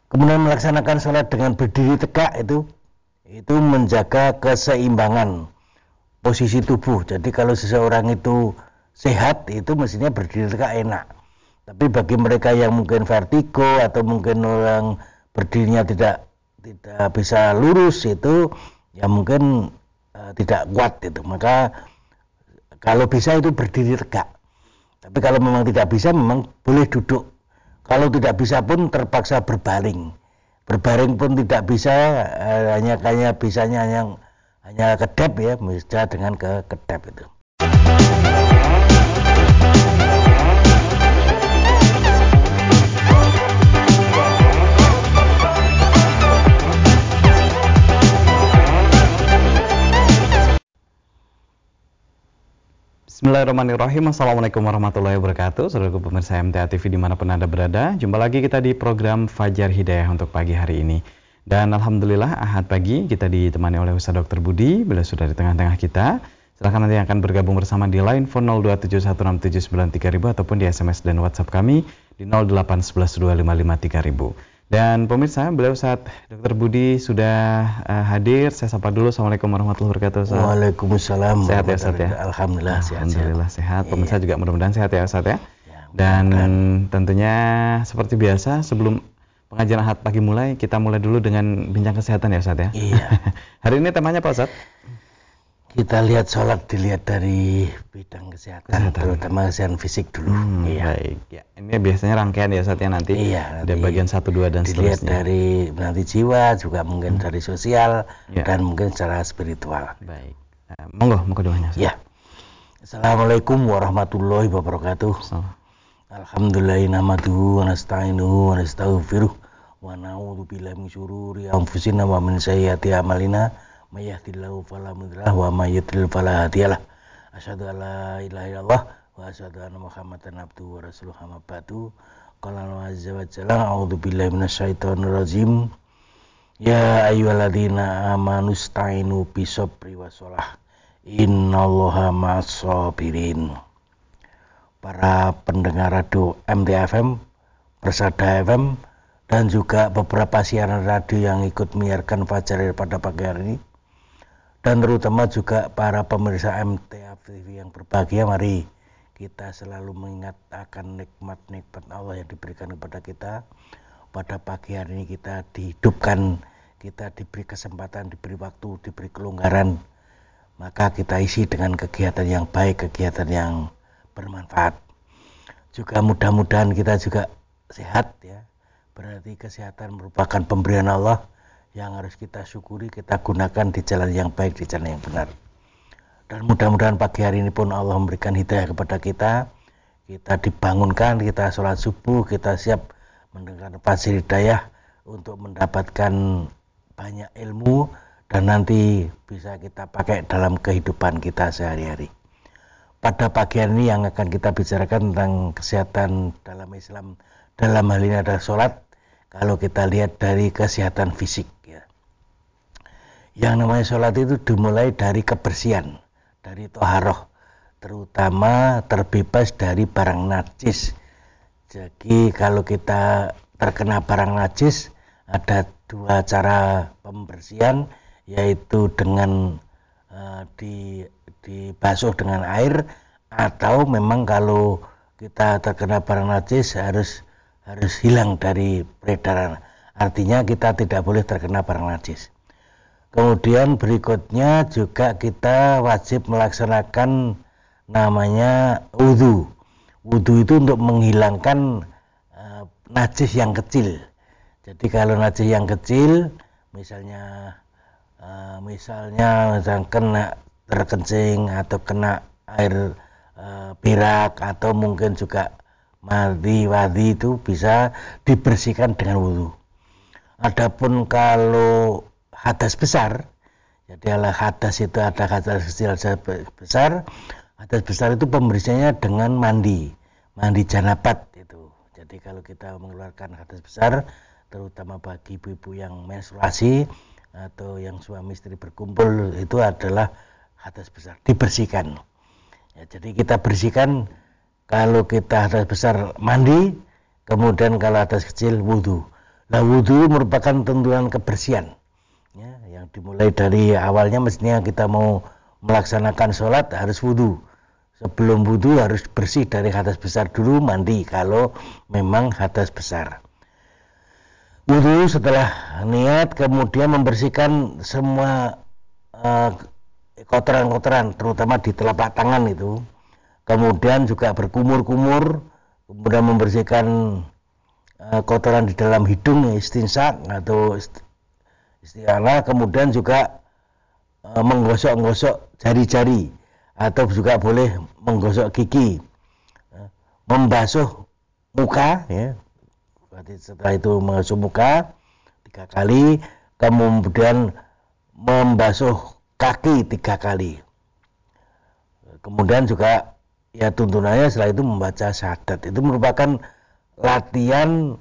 Kemudian melaksanakan sholat dengan berdiri tegak itu menjaga keseimbangan posisi tubuh. Jadi kalau seseorang itu sehat itu mestinya berdiri tegak enak. Tapi bagi mereka yang mungkin vertigo atau mungkin orang berdirinya tidak bisa lurus itu ya mungkin tidak kuat itu. Maka kalau bisa itu berdiri tegak. Tapi kalau memang tidak bisa memang boleh duduk. Kalau tidak bisa pun terpaksa berbaring. Berbaring pun tidak bisa, bisanya hanya kedap ya, bisa dengan kedap itu. Bismillahirrahmanirrahim. Assalamualaikum warahmatullahi wabarakatuh. Saudara pemirsa MTA TV dimanapun Anda berada, jumpa lagi kita di program Fajar Hidayah untuk pagi hari ini. Dan Alhamdulillah Ahad pagi kita ditemani oleh Ustaz Dr. Budi. Beliau sudah di tengah-tengah kita. Silahkan nanti akan bergabung bersama di line phone 02716793.000 ataupun di SMS dan WhatsApp kami di 08112553000. Dan pemirsa, beliau Ustaz Dr. Budi sudah hadir. Saya sapa dulu. Assalamualaikum warahmatullahi wabarakatuh, Ustaz. Waalaikumsalam. Sehat ya, Ustaz ya? Alhamdulillah sehat. Alhamdulillah sehat. Pemirsa juga mudah-mudahan sehat ya, Ustaz ya. Dan tentunya seperti biasa sebelum pengajian Ahad pagi mulai, kita mulai dulu dengan bincang kesehatan ya, Ustaz ya. Iya. Hari ini temanya apa, Ustaz? Kita lihat sholat dilihat dari bidang kesehatan. Terutama kesehatan fisik dulu. Baik. Ya, ini biasanya rangkaian ya, Ustaz ya nanti. Iya. Ada bagian 1, 2 dan dilihat seterusnya. Dari nanti jiwa juga mungkin dari sosial dan mungkin secara spiritual. Baik. Monggo doanya, Ustaz. Ya. Assalamualaikum warahmatullahi wabarakatuh. Alhamdulillahi nahmaduhu wa nasta'inuhu wa nastaghfiruh wa na'udzu billahi min syururi anfusina wa min sayyiati a'malina may yahdihillahu fala mudhillalah wa may yudlil fala hadiyalah. Asyhadu an la ilaha illallah wa asyhadu anna Muhammadan abduhu wa rasuluhu amma ba'du. Qala azza wa jalla a'udzu billahi minasyaitonir rajim. Ya ayyuhalladzina amanu ista'inu bisabri wassalah. Innallaha ma'as-sabirin. Para pendengar radio MTA FM, Persada FM, dan juga beberapa siaran radio yang ikut menyiarkan Fajar pada pagi hari ini, dan terutama juga para pemirsa MTA TV yang berbahagia, mari kita selalu mengingat akan nikmat-nikmat Allah yang diberikan kepada kita. Pada pagi hari ini kita dihidupkan, kita diberi kesempatan, diberi waktu, diberi kelonggaran, maka kita isi dengan kegiatan yang baik, kegiatan yang bermanfaat. Juga mudah-mudahan kita juga sehat ya. Berarti kesehatan merupakan pemberian Allah yang harus kita syukuri, kita gunakan di jalan yang baik, di jalan yang benar. Dan mudah-mudahan pagi hari ini pun Allah memberikan hidayah kepada kita. Kita dibangunkan, kita sholat subuh, kita siap mendengar Fajar Hidayah untuk mendapatkan banyak ilmu dan nanti bisa kita pakai dalam kehidupan kita sehari-hari. Pada pagi hari ini yang akan kita bicarakan tentang kesehatan dalam Islam, dalam hal ini adalah sholat. Kalau kita lihat dari kesehatan fisik ya. Yang namanya sholat itu dimulai dari kebersihan, dari toharoh, terutama terbebas dari barang najis. Jadi kalau kita terkena barang najis, ada 2 cara pembersihan, yaitu dengan dibasuh dengan air, atau memang kalau kita terkena barang najis harus hilang dari peredaran. Artinya kita tidak boleh terkena barang najis. Kemudian berikutnya juga kita wajib melaksanakan namanya wudu. Wudu itu untuk menghilangkan najis yang kecil. Jadi kalau najis yang kecil, misalnya kena terkencing atau kena air berak atau mungkin juga wadi itu bisa dibersihkan dengan wudu. Adapun kalau hadas besar, jadi hadas itu ada hadas kecil, hadas besar. Hadas besar itu pembersihannya dengan mandi janabat itu. Jadi kalau kita mengeluarkan hadas besar, terutama bagi ibu-ibu yang menstruasi atau yang suami istri berkumpul, itu adalah hadas besar, dibersihkan ya. Jadi kita bersihkan, kalau kita hadas besar mandi, kemudian kalau hadas kecil wudu. Nah, wudhu merupakan tuntunan kebersihan, ya, yang dimulai dari awalnya mestinya kita mau melaksanakan sholat harus wudhu. Sebelum wudhu harus bersih dari hadas besar dulu, mandi kalau memang hadas besar. Wudhu setelah niat, kemudian membersihkan semua kotoran-kotoran, terutama di telapak tangan itu. Kemudian juga berkumur-kumur, kemudian membersihkan kotoran di dalam hidung, istinsak atau isti'anah, kemudian juga menggosok-gosok jari-jari atau juga boleh menggosok gigi, membasuh muka, ya. Berarti setelah itu membasuh muka 3 kali, kemudian membasuh kaki 3 kali. Kemudian juga ya tuntunannya setelah itu membaca syahadat. Itu merupakan latihan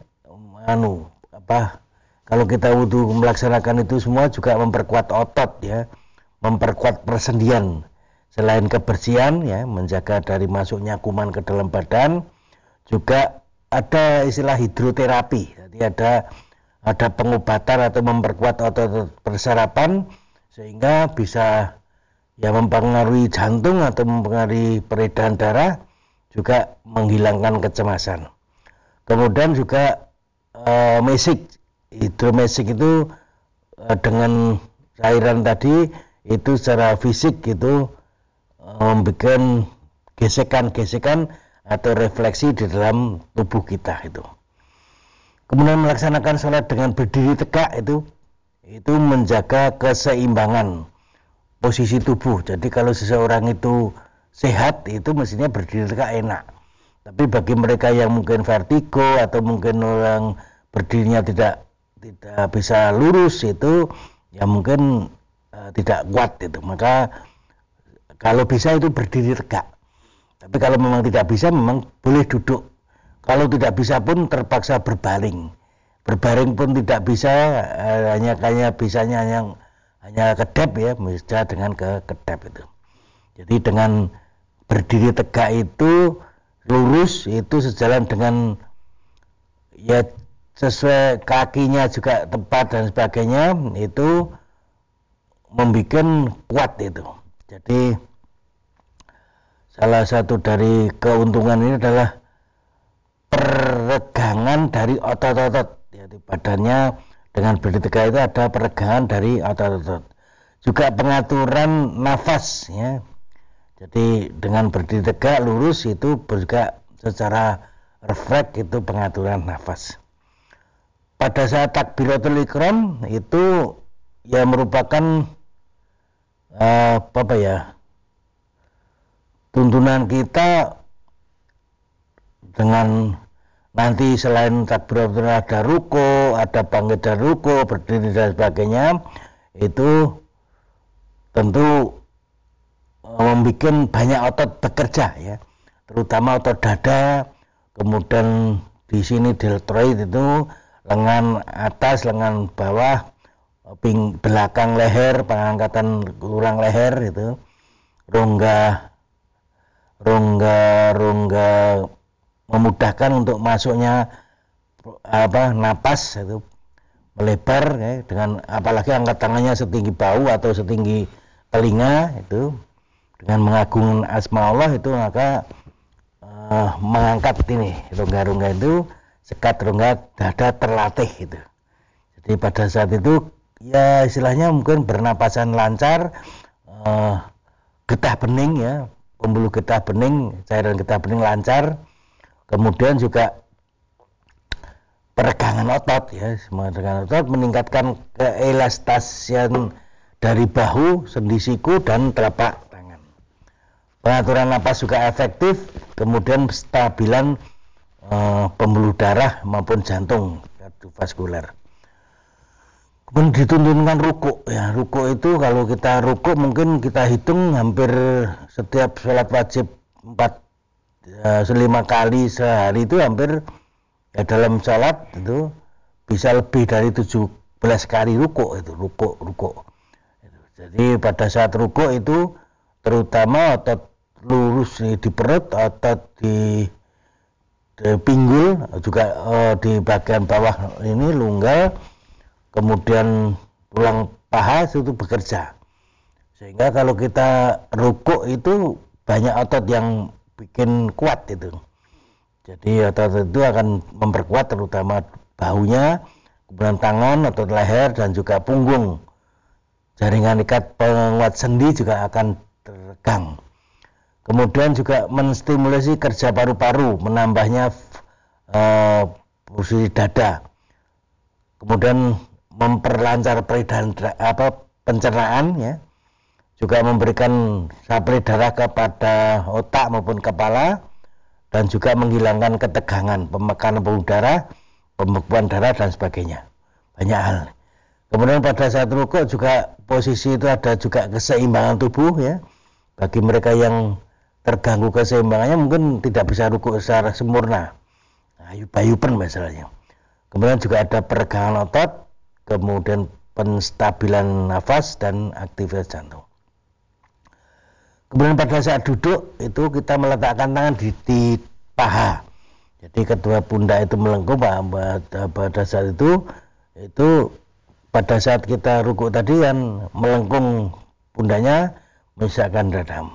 kalau kita wudhu melaksanakan itu semua juga memperkuat otot, ya, memperkuat persendian. Selain kebersihan, ya, menjaga dari masuknya kuman ke dalam badan, juga ada istilah hidroterapi. Jadi ada pengobatan atau memperkuat otot persarapan sehingga bisa ya mempengaruhi jantung atau mempengaruhi peredaran darah, juga menghilangkan kecemasan. Kemudian juga hidromesik itu dengan cairan tadi itu secara fisik itu membuat gesekan-gesekan atau refleksi di dalam tubuh kita itu. Kemudian melaksanakan sholat dengan berdiri tegak itu menjaga keseimbangan posisi tubuh. Jadi kalau seseorang itu sehat itu mestinya berdiri tegak enak. Tapi bagi mereka yang mungkin vertigo atau mungkin orang berdirinya tidak bisa lurus itu ya mungkin tidak kuat itu. Maka kalau bisa itu berdiri tegak. Tapi kalau memang tidak bisa memang boleh duduk. Kalau tidak bisa pun terpaksa berbaring. Berbaring pun tidak bisa, bisanya hanya kedap, ya, bisa dengan kedap itu. Jadi dengan berdiri tegak itu lurus itu sejalan dengan ya sesuai kakinya juga tepat dan sebagainya, itu membuat kuat itu. Jadi salah satu dari keuntungan ini adalah peregangan dari otot-otot. Jadi badannya dengan berdiri tegak itu ada peregangan dari otot-otot. Juga pengaturan nafas, ya. Jadi dengan berdiri tegak lurus itu juga secara refleks itu pengaturan nafas. Pada saat takbiratul ihram itu ya merupakan tuntunan kita dengan nanti selain takbiratul ada ruku, ada bangkit dan ruku, berdiri dan sebagainya, itu tentu membuat banyak otot bekerja, ya, terutama otot dada, kemudian di sini deltoid itu lengan atas, lengan bawah, belakang leher, pengangkatan kurang leher itu, rongga memudahkan untuk masuknya napas itu melebar, ya, dengan apalagi angkat tangannya setinggi bahu atau setinggi telinga itu dengan mengagungkan asma Allah itu maka mengangkat ini rongga-rongga itu, sekat rongga dada terlatih gitu. Jadi pada saat itu ya istilahnya mungkin bernapasan lancar, getah bening, ya, pembuluh getah bening, cairan getah bening lancar, kemudian juga peregangan otot, ya, peregangan otot meningkatkan keelastasian dari bahu, sendi siku dan telapak tangan. Pengaturan napas juga efektif, kemudian stabilan pembuluh darah maupun jantung kardiovaskuler. Kemudian dituntunkan ruku, ya, ruku itu kalau kita ruku mungkin kita hitung hampir setiap sholat wajib 5 kali sehari itu hampir, ya, dalam sholat itu bisa lebih dari 17 kali ruku itu ruku. Jadi pada saat ruku itu terutama otot lurus di perut, otot di pinggul, juga di bagian bawah ini lunggal, kemudian tulang paha itu bekerja. Sehingga kalau kita rukuk itu banyak otot yang bikin kuat itu. Jadi otot itu akan memperkuat terutama bahunya, kemudian tangan, otot leher dan juga punggung. Jaringan ikat penguat sendi juga akan teregang. Kemudian juga menstimulasi kerja paru-paru, menambahnya fungsi dada. Kemudian memperlancar pencernaan ya. Juga memberikan suplai darah kepada otak maupun kepala dan juga menghilangkan ketegangan, pemekanan pembuluh darah, pembekuan darah dan sebagainya. Banyak hal. Kemudian pada saat rukuk juga posisi itu ada juga keseimbangan tubuh ya. Bagi mereka yang terganggu keseimbangannya mungkin tidak bisa rukuk secara sempurna. Ayub-ayuban misalnya. Kemudian juga ada peregangan otot, kemudian penstabilan nafas dan aktivitas jantung. Kemudian pada saat duduk itu kita meletakkan tangan di paha. Jadi kedua pundak itu melengkung pada saat itu pada saat kita rukuk tadi kan melengkung pundaknya misalkan dada.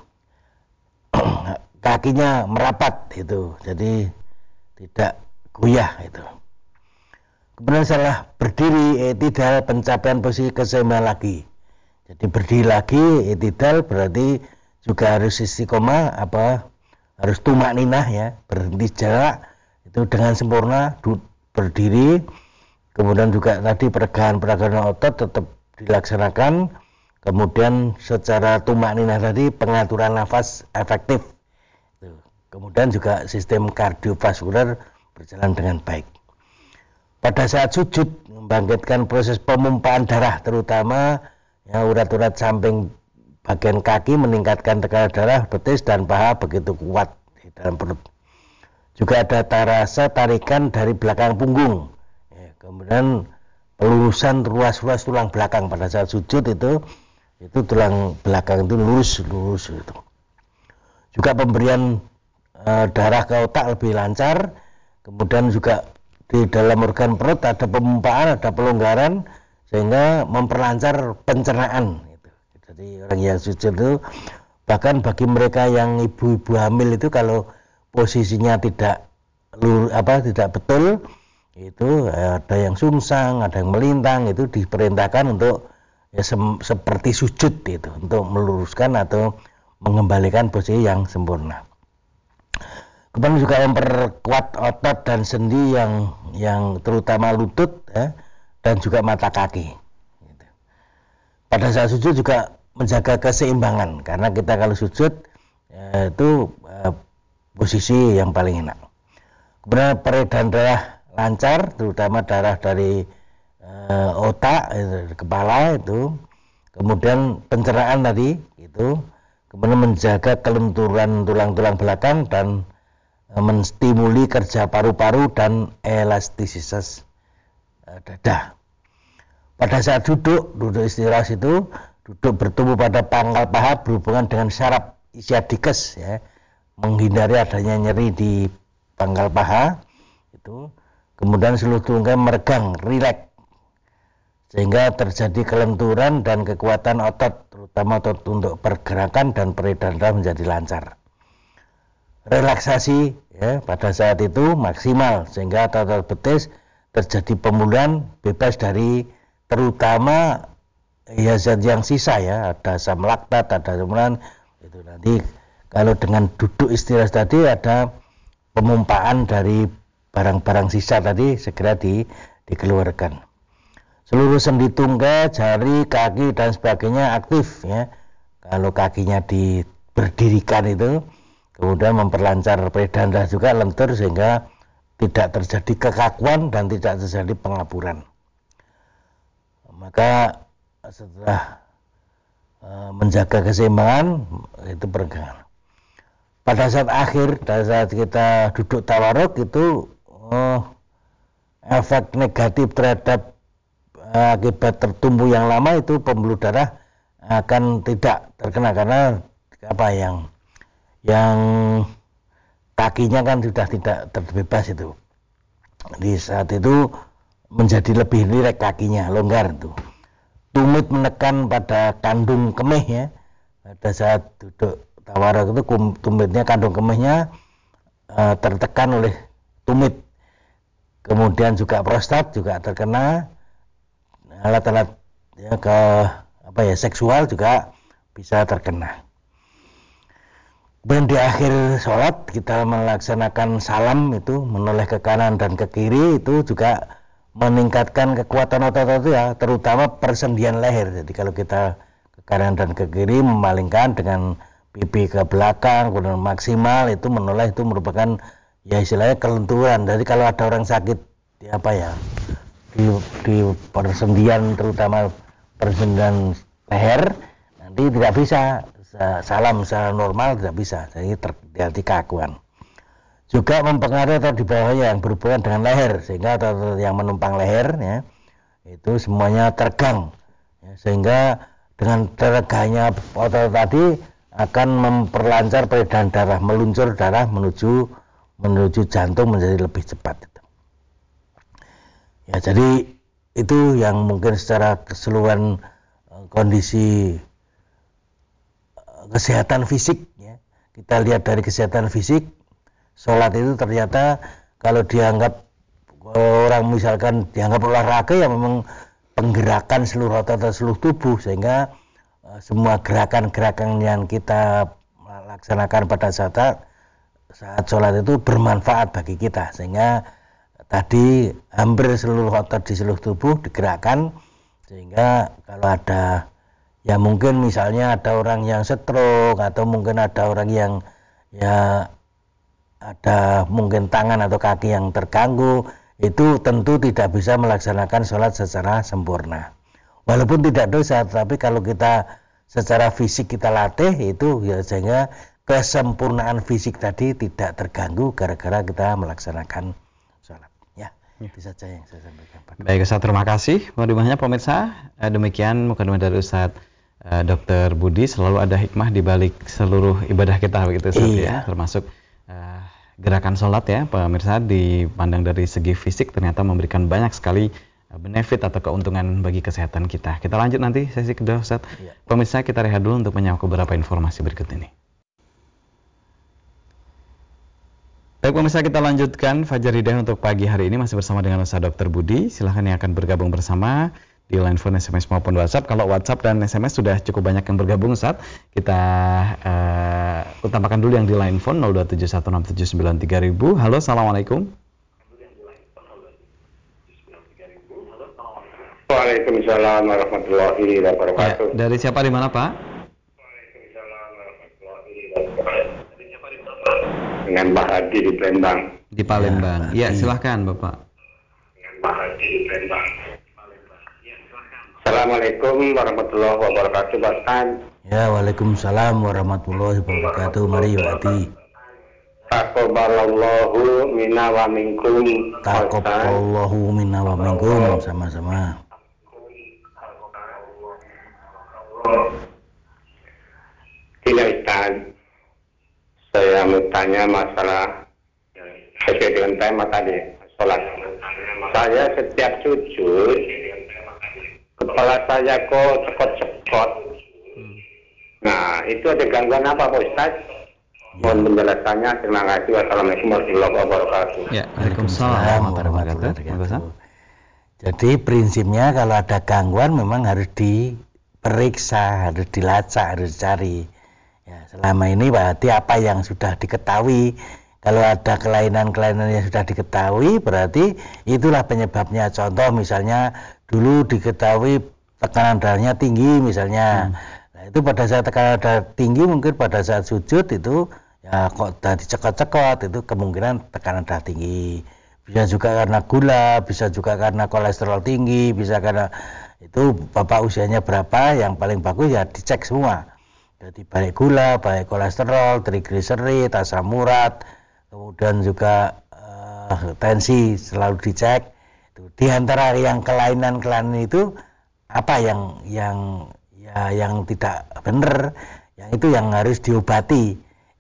Kakinya merapat itu. Jadi tidak goyah itu. Kemudian setelah berdiri i'tidal pencapaian posisi keseimbangan lagi. Jadi berdiri lagi i'tidal berarti juga harus istiqomah harus tumak ninah ya, berhenti jarak itu dengan sempurna berdiri. Kemudian juga tadi peregangan otot tetap dilaksanakan. Kemudian secara tumak ninah tadi pengaturan nafas efektif. Kemudian juga sistem kardiovaskular berjalan dengan baik. Pada saat sujud membangkitkan proses pemumpaan darah terutama ya, urat-urat samping bagian kaki, meningkatkan tekanan darah betis dan paha begitu kuat di dalam perut. Juga ada rasa tarikan dari belakang punggung. Ya, kemudian pelurusan ruas-ruas tulang belakang pada saat sujud itu tulang belakang itu lurus itu. Juga pemberian darah ke otak lebih lancar. Kemudian juga di dalam organ perut ada pemumpaan, ada pelonggaran sehingga memperlancar pencernaan. Jadi orang yang sujud itu bahkan bagi mereka yang ibu-ibu hamil itu kalau posisinya tidak betul itu ada yang sungsang, ada yang melintang, itu diperintahkan untuk ya, seperti sujud itu untuk meluruskan atau mengembalikan posisi yang sempurna. Kemudian juga memperkuat otot dan sendi yang terutama lutut ya, dan juga mata kaki. Pada saat sujud juga menjaga keseimbangan karena kita kalau sujud itu posisi yang paling enak. Kemudian peredaran darah lancar, terutama darah dari otak, kepala itu. Kemudian pencernaan tadi itu. Kemudian menjaga kelenturan tulang-tulang belakang dan menstimuli kerja paru-paru dan elastisitas dada. Pada saat duduk istirahat itu duduk bertumbuh pada pangkal paha berhubungan dengan syaraf ischiadikes ya, menghindari adanya nyeri di pangkal paha itu. Kemudian seluruh tulang meregang, rileks sehingga terjadi kelenturan dan kekuatan otot terutama otot untuk pergerakan dan peredaran darah menjadi lancar. Relaksasi ya, pada saat itu maksimal sehingga otot betis terjadi pemulihan bebas dari terutama ya zat yang sisa ya, ada asam laktat, ada kemudian itu nanti kalau dengan duduk istirahat tadi ada pemumpaan dari barang-barang sisa tadi segera dikeluarkan. Seluruh sendi tunggal, jari, kaki dan sebagainya aktif ya. Kalau kakinya berdirikan itu kemudian memperlancar peredaran darah juga lentur sehingga tidak terjadi kekakuan dan tidak terjadi pengapuran. Maka setelah menjaga keseimbangan itu peregangan. Pada saat akhir, pada saat kita duduk tawaruk itu efek negatif terhadap akibat tertumbuh yang lama itu pembuluh darah akan tidak terkena karena yang kakinya kan sudah tidak terbebas itu. Di saat itu menjadi lebih rileks kakinya, longgar itu. Tumit menekan pada kandung kemih ya. Pada saat duduk tawarak itu tumitnya, kandung kemihnya tertekan oleh tumit. Kemudian juga prostat juga terkena, alat-alat ya, seksual juga bisa terkena. Dan di akhir sholat kita melaksanakan salam itu, menoleh ke kanan dan ke kiri, itu juga meningkatkan kekuatan otot itu ya, terutama persendian leher. Jadi kalau kita ke kanan dan ke kiri memalingkan dengan pipi ke belakang, kemudian maksimal itu menoleh, itu merupakan ya istilahnya kelenturan. Jadi kalau ada orang sakit di persendian, terutama persendian leher, nanti tidak bisa salam secara normal, tidak bisa, jadi terjadi keakuan. Juga mempengaruhi otot di bawahnya yang berhubungan dengan leher, sehingga otot yang menumpang leher ya, itu semuanya teregang ya, sehingga dengan tereganya otot tadi akan memperlancar peredaran darah, meluncur darah menuju jantung menjadi lebih cepat itu. Ya, jadi itu yang mungkin secara keseluruhan kondisi kesehatan fisik ya. Kita lihat dari kesehatan fisik, sholat itu ternyata kalau dianggap orang misalkan dianggap olahraga ya memang penggerakan seluruh otot atau seluruh tubuh, sehingga semua gerakan-gerakan yang kita laksanakan pada saat sholat itu bermanfaat bagi kita, sehingga tadi hampir seluruh otot di seluruh tubuh digerakkan, sehingga kalau ada ya mungkin misalnya ada orang yang stroke, atau mungkin ada orang yang ya ada mungkin tangan atau kaki yang terganggu, itu tentu tidak bisa melaksanakan sholat secara sempurna. Walaupun tidak dosa, tapi kalau kita secara fisik kita latih itu ya, sehingga kesempurnaan fisik tadi tidak terganggu gara-gara kita melaksanakan sholat. Ya, itu saja yang saya sampaikan. Baik Ustaz, terima kasih. Mohon pemirsa, demikian mukadimah dari Ustaz Dr. Budi. Selalu ada hikmah di balik seluruh ibadah kita begitu Ustaz ya, termasuk gerakan sholat ya pemirsa, dipandang dari segi fisik ternyata memberikan banyak sekali benefit atau keuntungan bagi kesehatan kita. Kita lanjut nanti sesi kedua Ustaz. Pemirsa, kita rehat dulu untuk menyimak beberapa informasi berikut ini. Baik pemirsa, kita lanjutkan Fajar Hidayah untuk pagi hari ini masih bersama dengan Ustaz Dr. Budi. Silahkan yang akan bergabung bersama di line phone, SMS maupun WhatsApp. Kalau WhatsApp dan SMS sudah cukup banyak yang bergabung Ustaz. Kita utamakan dulu yang di line phone 02716793000. Halo, Assalamualaikum. Waalaikumsalam warahmatullahi wabarakatuh. Ya, dari siapa, di mana Pak? Dengan Pak Hadi di Palembang. Di Palembang. Ya, silahkan Bapak. Dengan Pak Hadi di Palembang. Assalamualaikum warahmatullahi wabarakatuh, Pak Ustaz. Ya, waalaikumsalam warahmatullahi wabarakatuh. Mari Pak Hadi. Taqabbalallahu minna wa minkum. Taqabbalallahu minna wa minkum. Sama-sama. Tidak Ustaz, saya mau tanya masalah sesuai dengan tema tadi, sholat. Saya setiap sujud kepala saya kok cekot-cekot. Nah, itu ada gangguan apa Pak Ustaz? Mohon penjelasannya. Terima kasih. Wassalamualaikum warahmatullahi wabarakatuh. Ya, waalaikumsalam warahmatullahi wabarakatuh. Jadi prinsipnya kalau ada gangguan memang harus diperiksa, harus dilacak, harus dicari. Ya, selama ini berarti apa yang sudah diketahui. Kalau ada kelainan-kelainan yang sudah diketahui, berarti itulah penyebabnya. Contoh misalnya dulu diketahui tekanan darahnya tinggi misalnya. Nah, itu pada saat tekanan darah tinggi, mungkin pada saat sujud itu ya kok tadi cekot-cekot, itu kemungkinan tekanan darah tinggi. Bisa juga karena gula, bisa juga karena kolesterol tinggi, bisa karena itu Bapak usianya berapa, yang paling bagus ya dicek semua. Jadi baik gula, baik kolesterol, trigliserid, asam urat, kemudian juga tensi selalu dicek. Di antara yang kelainan-kelainan itu apa yang tidak benar, yang itu yang harus diobati.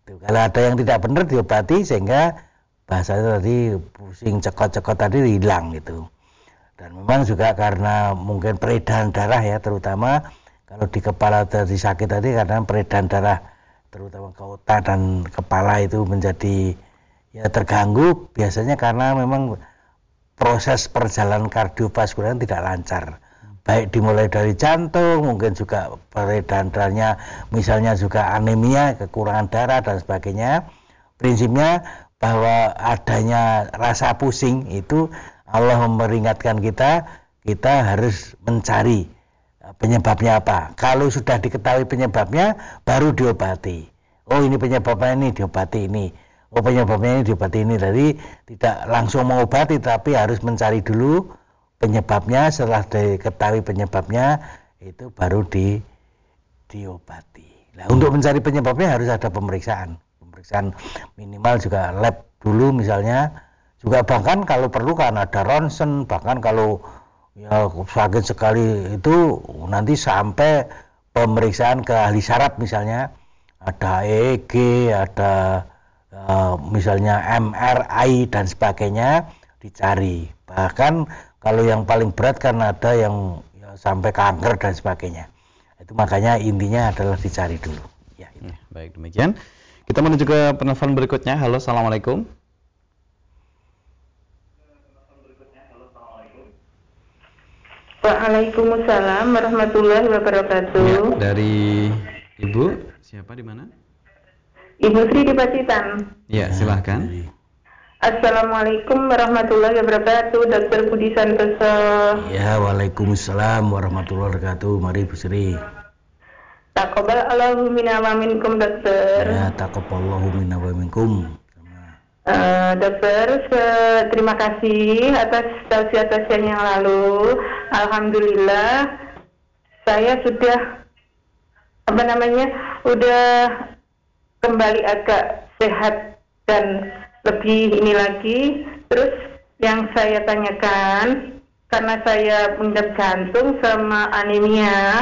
Kalau ada yang tidak benar diobati sehingga bahasanya tadi pusing cekot-cekot tadi hilang gitu. Dan memang juga karena mungkin peredaran darah ya, terutama kalau di kepala tadi sakit tadi karena peredaran darah terutama ke otak dan kepala itu menjadi ya terganggu, biasanya karena memang proses perjalanan kardiovaskuler tidak lancar. Baik dimulai dari jantung, mungkin juga peredaran darahnya misalnya juga anemia, kekurangan darah dan sebagainya. Prinsipnya bahwa adanya rasa pusing itu Allah memperingatkan kita harus mencari penyebabnya apa. Kalau sudah diketahui penyebabnya, baru diobati. Oh ini penyebabnya ini, diobati ini. Oh penyebabnya ini, diobati ini. Jadi tidak langsung mengobati, tapi harus mencari dulu penyebabnya. Setelah diketahui penyebabnya, itu baru diobati. Nah, untuk mencari penyebabnya harus ada pemeriksaan minimal juga lab dulu misalnya. Juga bahkan kalau perlu kan ada ronsen, bahkan kalau ya sakit sekali itu nanti sampai pemeriksaan ke ahli saraf misalnya, ada EEG, ada misalnya MRI dan sebagainya dicari. Bahkan kalau yang paling berat kan ada yang ya, sampai kanker dan sebagainya. Itu makanya intinya adalah dicari dulu. Ya, itu. Baik, demikian. Kita menuju ke penelpon berikutnya. Halo, assalamualaikum. Waalaikumsalam warahmatullahi wabarakatuh. Ya, dari Ibu, siapa di mana? Ibu Sri di Pacitan. Ya, silahkan. Assalamualaikum warahmatullahi wabarakatuh, Dr. Budi Santoso. Ya, waalaikumsalam warahmatullahi wabarakatuh. Mari Bu Sri. Taqabbal Allahu minna wa minkum, dokter. Ya, taqabbalallahu minna wa minkum. Dokter, terima kasih atas tausiah-tausiah yang lalu. Alhamdulillah, saya sudah udah kembali agak sehat dan lebih ini lagi. Terus yang saya tanyakan, karena saya mengidap jantung sama anemia,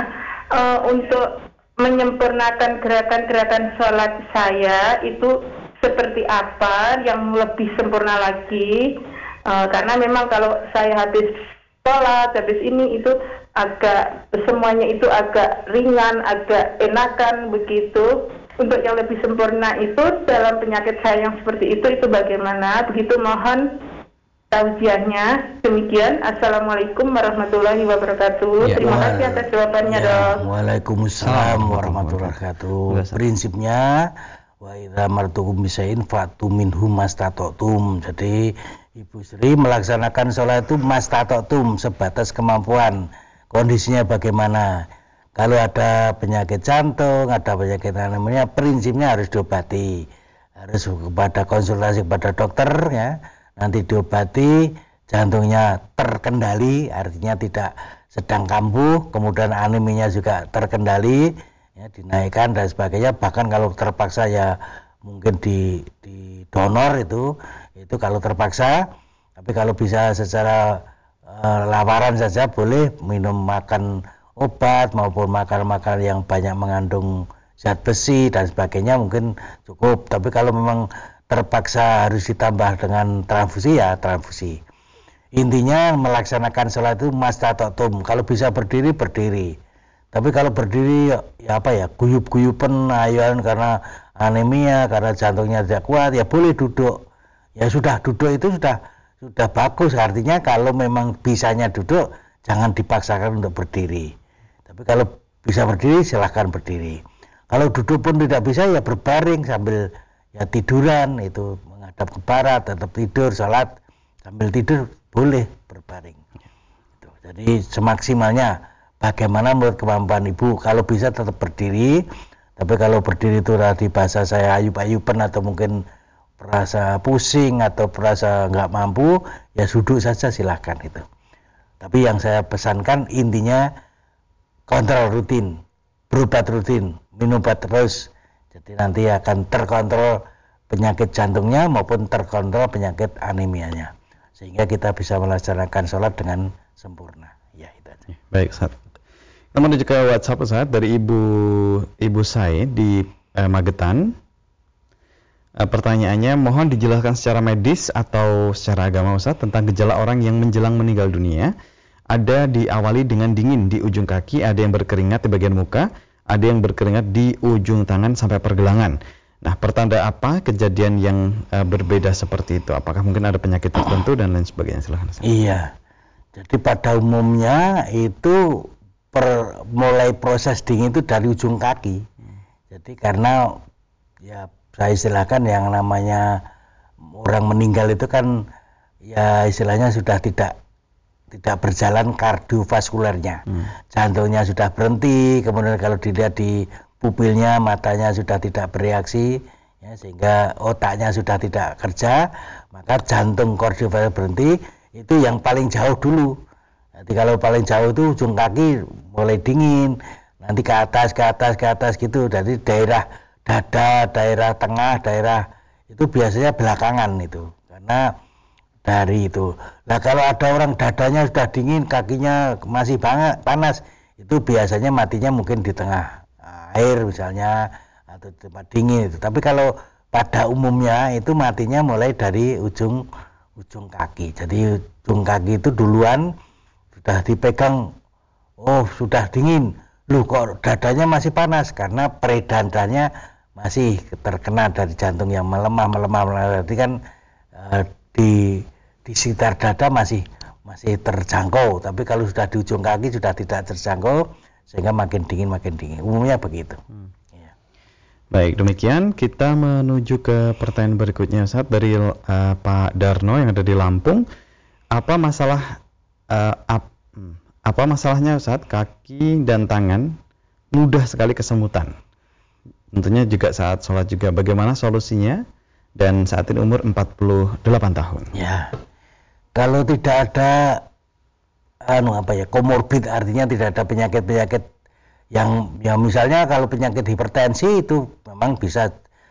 untuk menyempurnakan gerakan-gerakan sholat saya itu seperti apa yang lebih sempurna lagi, karena memang kalau saya habis sholat, habis ini itu agak semuanya itu agak ringan, agak enakan begitu. Untuk yang lebih sempurna itu dalam penyakit saya yang seperti itu bagaimana? Begitu, mohon tausiahnya. Demikian, assalamualaikum warahmatullahi wabarakatuh. Ya, terima kasih atas jawabannya, dok. Waalaikumsalam warahmatullahi wabarakatuh. Prinsipnya wa idza martukum bisain fatu minhum mastata'tum. Jadi Ibu Sri melaksanakan sholat itu mastata'tum, sebatas kemampuan. Kondisinya bagaimana? Kalau ada penyakit jantung, ada penyakit anemia, prinsipnya harus diobati. Harus konsultasi kepada dokter ya. Nanti diobati, jantungnya terkendali, artinya tidak sedang kambuh, kemudian aneminya juga terkendali, ya, dinaikkan dan sebagainya. Bahkan kalau terpaksa ya mungkin di donor itu kalau terpaksa. Tapi kalau bisa secara lawaran saja boleh minum, makan obat maupun makan yang banyak mengandung zat besi dan sebagainya mungkin cukup. Tapi kalau memang terpaksa harus ditambah dengan transfusi ya transfusi. Intinya melaksanakan sholat itu mastata'tum. Kalau bisa berdiri. Tapi kalau berdiri ya guyup-guyupan ayuan karena anemia, karena jantungnya tidak kuat, ya boleh duduk. Ya sudah, duduk itu sudah bagus. Artinya kalau memang bisanya duduk, jangan dipaksakan untuk berdiri. Tapi kalau bisa berdiri, silahkan berdiri. Kalau duduk pun tidak bisa, ya berbaring sambil ya tiduran, itu menghadap ke barat, tetap tidur, salat sambil tidur boleh berbaring. Jadi semaksimalnya bagaimana menurut kemampuan Ibu. Kalau bisa tetap berdiri, tapi kalau berdiri itu tadi bahasa saya ayub-ayuban atau mungkin merasa pusing atau merasa nggak mampu, ya duduk saja silahkan itu. Tapi yang saya pesankan intinya kontrol rutin, berobat rutin, minum obat terus. Jadi nanti akan terkontrol penyakit jantungnya maupun terkontrol penyakit anemianya. Sehingga kita bisa melaksanakan sholat dengan sempurna. Ya, itu aja. Baik, Ustaz. Kita menuju ke WhatsApp, Ustaz, dari Ibu Said di Magetan. Pertanyaannya, mohon dijelaskan secara medis atau secara agama Ustaz tentang gejala orang yang menjelang meninggal dunia. Ada diawali dengan dingin di ujung kaki, ada yang berkeringat di bagian muka, ada yang berkeringat di ujung tangan sampai pergelangan. Nah, pertanda apa kejadian yang berbeda seperti itu? Apakah mungkin ada penyakit tertentu dan lain sebagainya? Silahkan Ustaz. Iya. Jadi pada umumnya itu mulai proses dingin itu dari ujung kaki. Jadi karena ya saya istilahkan yang namanya orang meninggal itu kan ya istilahnya sudah tidak berjalan kardiovaskulernya. Jantungnya sudah berhenti, kemudian kalau dilihat di pupilnya matanya sudah tidak bereaksi ya, sehingga otaknya sudah tidak kerja, maka jantung kardiovaskuler berhenti, itu yang paling jauh dulu. Jadi kalau paling jauh itu ujung kaki mulai dingin, nanti ke atas gitu. Jadi daerah dada, daerah tengah, daerah itu biasanya belakangan itu, karena dari itu. Nah kalau ada orang dadanya sudah dingin, kakinya masih panas, itu biasanya matinya mungkin di tengah air misalnya atau tempat dingin itu. Tapi kalau pada umumnya itu matinya mulai dari ujung kaki. Jadi ujung kaki itu duluan sudah dipegang, oh sudah dingin, loh kok dadanya masih panas, karena peredaran darahnya masih terkena dari jantung yang melemah. Berarti kan di sekitar dada masih terjangkau, tapi kalau sudah di ujung kaki sudah tidak terjangkau, sehingga makin dingin umumnya begitu. Ya. Baik, demikian kita menuju ke pertanyaan berikutnya Ustaz dari Pak Darno yang ada di Lampung. Apa masalahnya Ustaz, kaki dan tangan mudah sekali kesemutan, tentunya juga saat sholat juga, bagaimana solusinya? Dan saat ini umur 48 tahun. Ya, kalau tidak ada komorbid, artinya tidak ada penyakit-penyakit yang misalnya kalau penyakit hipertensi itu memang bisa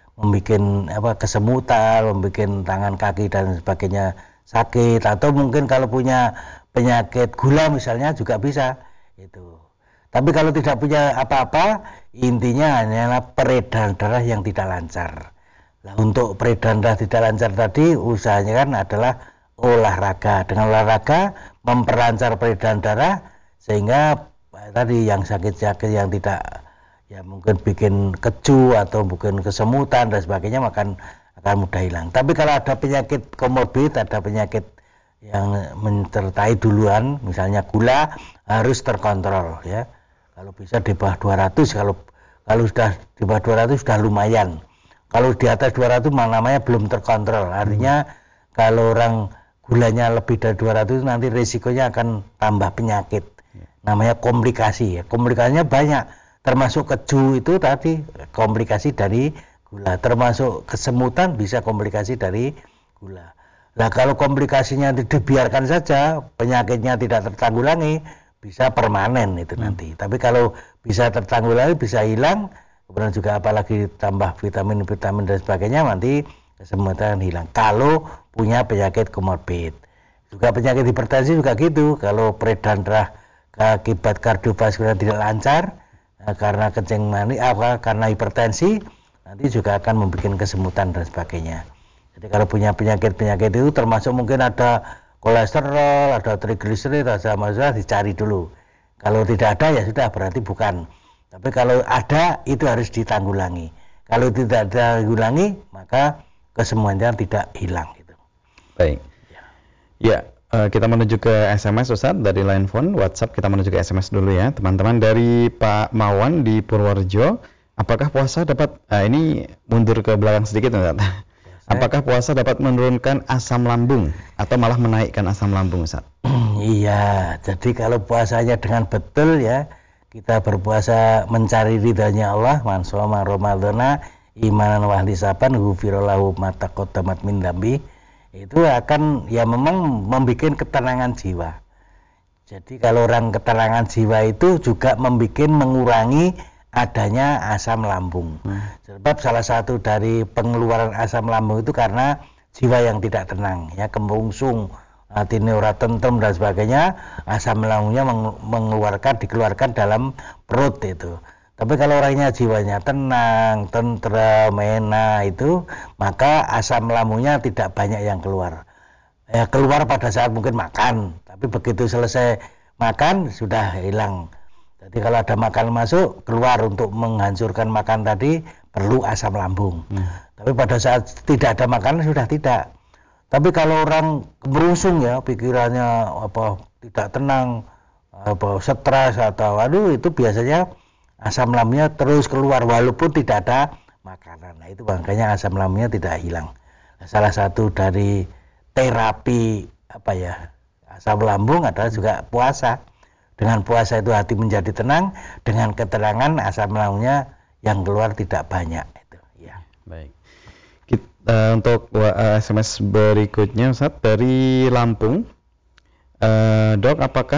membuat kesemutan, membuat tangan kaki dan sebagainya sakit, atau mungkin kalau punya penyakit gula misalnya juga bisa itu. Tapi kalau tidak punya apa-apa, intinya hanyalah peredaran darah yang tidak lancar. Nah, untuk peredaran darah tidak lancar tadi, usahanya kan adalah olahraga. Dengan olahraga memperlancar peredaran darah, sehingga tadi yang sakit-sakit yang tidak, ya mungkin bikin keju atau mungkin kesemutan dan sebagainya, akan mudah hilang. Tapi kalau ada penyakit komorbid, ada penyakit yang menyertai duluan, misalnya gula, harus terkontrol ya. Kalau bisa di bawah 200, kalau sudah di bawah 200 sudah lumayan. Kalau di atas 200 namanya belum terkontrol. Artinya kalau orang gulanya lebih dari 200 nanti risikonya akan tambah penyakit. Namanya komplikasi ya. Komplikasinya banyak. Termasuk keju itu tadi komplikasi dari gula. Termasuk kesemutan bisa komplikasi dari gula. Nah kalau komplikasinya dibiarkan saja, penyakitnya tidak tertanggulangi, bisa permanen itu nanti. Tapi kalau bisa tertanggulangi, bisa hilang, kemudian juga apalagi tambah vitamin dan sebagainya, nanti kesemutan hilang. Kalau punya penyakit komorbid. Juga penyakit hipertensi juga gitu. Kalau peredaran darah akibat kardiovaskuler tidak lancar, karena kencing manis, karena hipertensi, nanti juga akan membuat kesemutan dan sebagainya. Jadi kalau punya penyakit-penyakit itu termasuk mungkin ada kolesterol, ada trigliserid, ada masalah, dicari dulu. Kalau tidak ada ya sudah, berarti bukan. Tapi kalau ada itu harus ditanggulangi. Kalau tidak ditanggulangi maka kesemuanya tidak hilang gitu. Baik. Ya, kita menuju ke SMS Ustaz dari line phone, WhatsApp kita menuju ke SMS dulu ya. Teman-teman dari Pak Mawan di Purworejo, apakah puasa dapat ini mundur ke belakang sedikit Ustaz. Apakah puasa dapat menurunkan asam lambung atau malah menaikkan asam lambung, Ustaz? Iya, jadi kalau puasanya dengan betul ya, kita berpuasa mencari ridhanya Allah, man shoma ramadhana imanan wa ihtisaban ghufira lahu ma taqaddamat min dzambi, itu akan ya memang membuat ketenangan jiwa. Jadi kalau orang ketenangan jiwa itu juga mengurangi adanya asam lambung. Sebab salah satu dari pengeluaran asam lambung itu karena jiwa yang tidak tenang, ya kemerungsung, hatinya ora tentrem dan sebagainya, asam lambungnya dikeluarkan dalam perut itu. Tapi kalau orangnya jiwanya tenang, tentrem, enak itu, maka asam lambungnya tidak banyak yang keluar. Ya, keluar pada saat mungkin makan, tapi begitu selesai makan sudah hilang. Jadi kalau ada makanan masuk, keluar untuk menghancurkan makan tadi, perlu asam lambung. Tapi pada saat tidak ada makanan sudah tidak. Tapi kalau orang merungsung ya, pikirannya tidak tenang, stres atau itu biasanya asam lambungnya terus keluar walaupun tidak ada makanan. Nah, itu makanya asam lambungnya tidak hilang. Nah, salah satu dari terapi asam lambung adalah juga puasa. Dengan puasa itu hati menjadi tenang, dengan ketenangan asam lambungnya yang keluar tidak banyak itu. Ya. Baik. Untuk SMS berikutnya Ustaz dari Lampung. Dok, apa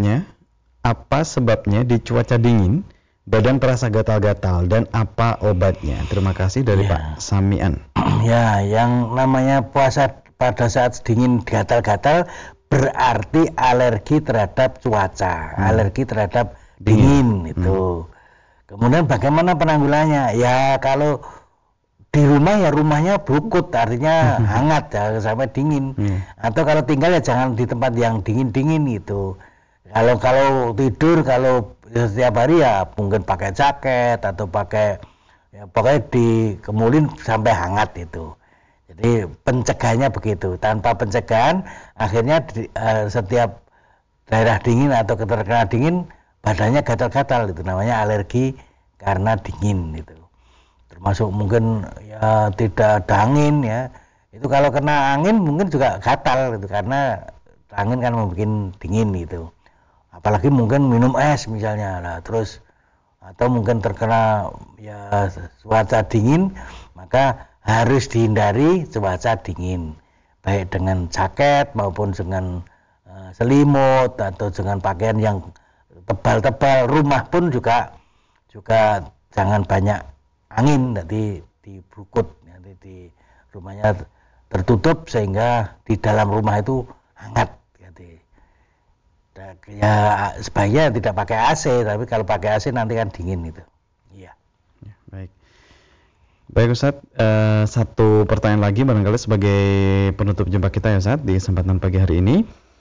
sebabnya di cuaca dingin badan terasa gatal-gatal dan apa obatnya? Terima kasih dari Pak Samian. Ya, yang namanya puasa pada saat dingin gatal-gatal berarti alergi terhadap cuaca, alergi terhadap dingin itu. Kemudian bagaimana penanggulannya? Ya kalau di rumah ya rumahnya berukut, artinya hangat ya sampai dingin. Atau kalau tinggal ya jangan di tempat yang dingin-dingin gitu. Kalau tidur, kalau setiap hari ya mungkin pakai jaket atau pakai pokoknya dikemulin sampai hangat itu. Jadi pencegahannya begitu. Tanpa pencegahan akhirnya setiap daerah dingin atau terkena dingin badannya gatal-gatal, itu namanya alergi karena dingin itu. Termasuk mungkin ya tidak ada angin ya, itu kalau kena angin mungkin juga gatal gitu, karena angin kan membuat dingin gitu. Apalagi mungkin minum es misalnya lah, terus atau mungkin terkena ya cuaca dingin, maka harus dihindari cuaca dingin, baik dengan jaket maupun dengan selimut atau dengan pakaian yang tebal-tebal. Rumah pun juga jangan banyak angin, nanti diberukut, nanti di rumahnya tertutup sehingga di dalam rumah itu hangat. Ya sebaiknya tidak pakai AC, tapi kalau pakai AC nanti kan dingin itu. Iya. Ya, baik Ustaz, satu pertanyaan lagi barangkali sebagai penutup jumpa kita ya Ustaz di kesempatan pagi hari ini.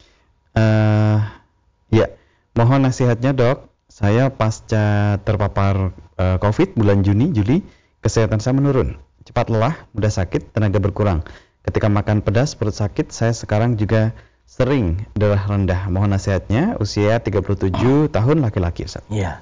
Ya, mohon nasihatnya Dok. Saya pasca terpapar COVID bulan Juli, kesehatan saya menurun. Cepat lelah, mudah sakit, tenaga berkurang. Ketika makan pedas, perut sakit. Saya sekarang juga sering darah rendah. Mohon nasihatnya. Usia 37 tahun, laki-laki Ustaz. Iya.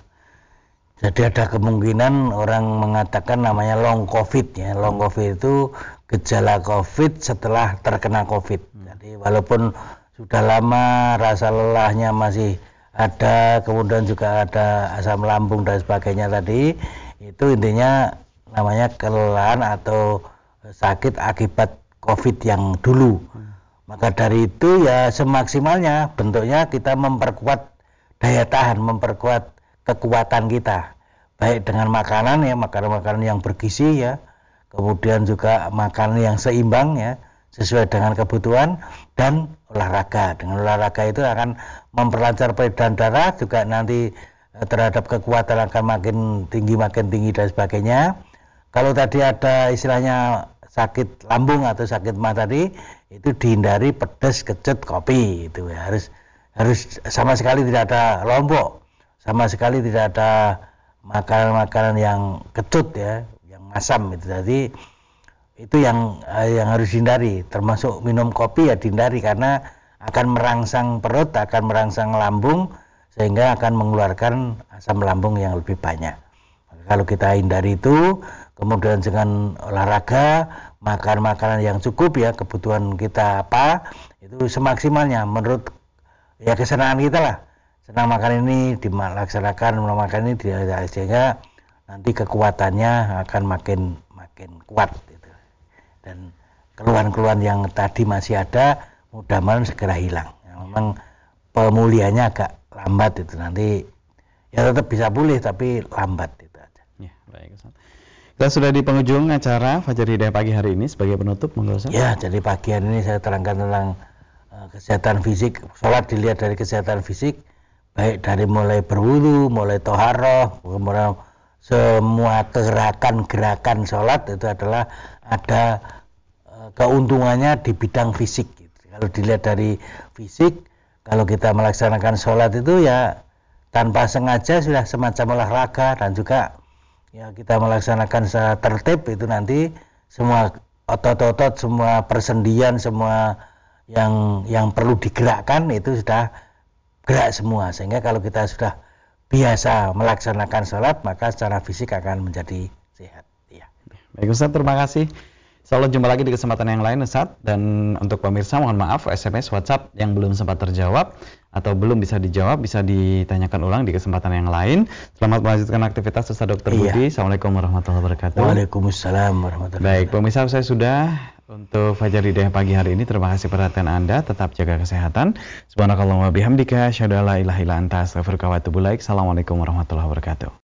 Jadi ada kemungkinan orang mengatakan namanya long COVID ya. Long COVID itu gejala COVID setelah terkena COVID. Jadi walaupun sudah lama rasa lelahnya masih ada, kemudian juga ada asam lambung dan sebagainya tadi, itu intinya namanya kelelahan atau sakit akibat COVID yang dulu. Maka dari itu ya semaksimalnya bentuknya kita memperkuat daya tahan, memperkuat kekuatan kita, baik dengan makanan ya, makanan-makanan yang bergizi ya, kemudian juga makanan yang seimbang ya, sesuai dengan kebutuhan, dan olahraga. Dengan olahraga itu akan memperlancar peredaran darah, juga nanti terhadap kekuatan akan makin tinggi dan sebagainya. Kalau tadi ada istilahnya sakit lambung atau sakit mah tadi, itu dihindari pedas, kecut, kopi itu ya. Harus sama sekali tidak ada lombok, sama sekali tidak ada makanan-makanan yang kecut ya, yang asam itu. Jadi itu yang harus dihindari, termasuk minum kopi ya dihindari, karena akan merangsang perut, akan merangsang lambung, sehingga akan mengeluarkan asam lambung yang lebih banyak. Maka kalau kita hindari itu, kemudian dengan olahraga, makan makanan yang cukup ya, kebutuhan kita apa, itu semaksimalnya menurut ya kesenangan kita lah. Senang makan ini dilaksanakan, makan ini sehingga nanti kekuatannya akan makin kuat gitu. Dan keluhan-keluhan yang tadi masih ada mudah-mudahan segera hilang. Ya, memang pemulihannya agak lambat itu, nanti ya tetap bisa pulih tapi lambat itu aja. Ya, baik Ustaz. Kita sudah di penghujung acara Fajar Hidayah pagi hari ini. Sebagai penutup, monggo Ustaz. Ya, jadi pagi hari ini saya terangkan tentang kesehatan fisik. Sholat dilihat dari kesehatan fisik, baik dari mulai berwudu, mulai toharoh, kemudian semua gerakan sholat itu adalah ada keuntungannya di bidang fisik. Kalau dilihat dari fisik, kalau kita melaksanakan sholat itu ya tanpa sengaja sudah semacam olahraga, dan juga ya kita melaksanakan secara tertib itu nanti semua otot-otot, semua persendian, semua yang perlu digerakkan itu sudah gerak semua, sehingga kalau kita sudah biasa melaksanakan sholat maka secara fisik akan menjadi sehat. Ya. Baik Ustaz, terima kasih. Selalu jumpa lagi di kesempatan yang lain Ustaz. Dan untuk pemirsa mohon maaf SMS WhatsApp yang belum sempat terjawab atau belum bisa dijawab bisa ditanyakan ulang di kesempatan yang lain. Selamat melanjutkan aktivitas Ustaz Dr. Budi. Assalamualaikum warahmatullahi wabarakatuh. Waalaikumsalam warahmatullahi wabarakatuh. Baik pemirsa, saya sudah untuk Fajar Hidayah pagi hari ini. Terima kasih perhatian Anda. Tetap jaga kesehatan. Subhanakallahumma bihamdika asyhadu an la ilaha illa anta astaghfiruka wa atubu ilaik. Assalamualaikum warahmatullahi wabarakatuh.